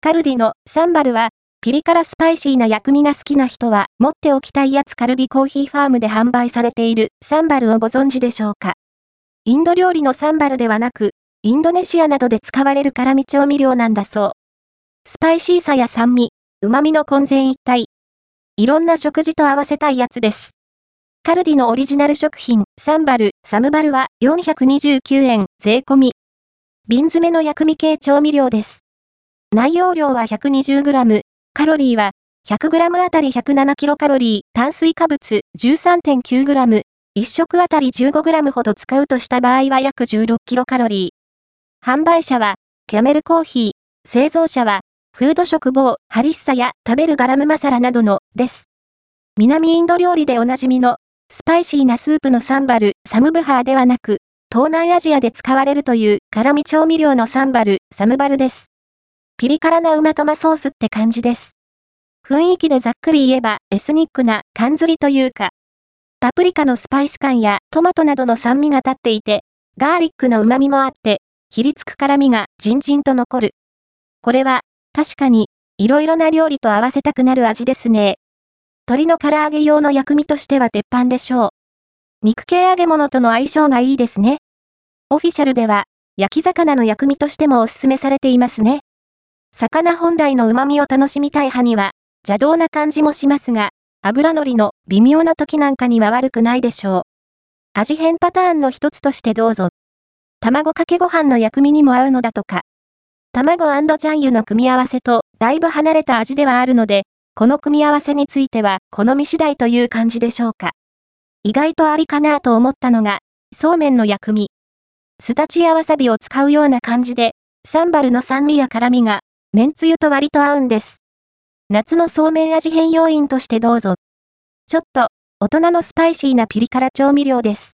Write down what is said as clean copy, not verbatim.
カルディのサンバルは、ピリ辛スパイシーな薬味が好きな人は持っておきたいやつ。カルディコーヒーファームで販売されているサンバルをご存知でしょうか。インド料理のサンバルではなく、インドネシアなどで使われる辛味調味料なんだそう。スパイシーさや酸味、旨味の混然一体。いろんな食事と合わせたいやつです。カルディのオリジナル食品、サンバル、サムバルは429円、税込み。瓶詰めの薬味系調味料です。内容量は 120g、カロリーは 100g あたり107キロカロリー、炭水化物 13.9g、1食あたり 15g ほど使うとした場合は約16キロカロリー。販売者は、キャメルコーヒー、製造者は、フード食房、ハリッサや食べるガラムマサラなどの、です。南インド料理でおなじみの、スパイシーなスープのサンバル、サムブハーではなく、東南アジアで使われるという辛味調味料のサンバル、サムバルです。ピリ辛なうまトマソースって感じです。雰囲気でざっくり言えばエスニックな缶ずりというか、パプリカのスパイス感やトマトなどの酸味が立っていて、ガーリックの旨味もあって、ひりつく辛味がじんじんと残る。これは、確かに、いろいろな料理と合わせたくなる味ですね。鶏の唐揚げ用の薬味としては鉄板でしょう。肉系揚げ物との相性がいいですね。オフィシャルでは、焼き魚の薬味としてもおすすめされていますね。魚本来の旨味を楽しみたい派には、邪道な感じもしますが、油のりの微妙な時なんかには悪くないでしょう。味変パターンの一つとしてどうぞ。卵かけご飯の薬味にも合うのだとか。卵&ジャン油の組み合わせとだいぶ離れた味ではあるので、この組み合わせについては好み次第という感じでしょうか。意外とありかなと思ったのが、そうめんの薬味。すだちやわさびを使うような感じで、サンバルの酸味や辛味が、めんつゆと割と合うんです。夏のそうめん味変要因としてどうぞ。ちょっと、大人のスパイシーなピリ辛調味料です。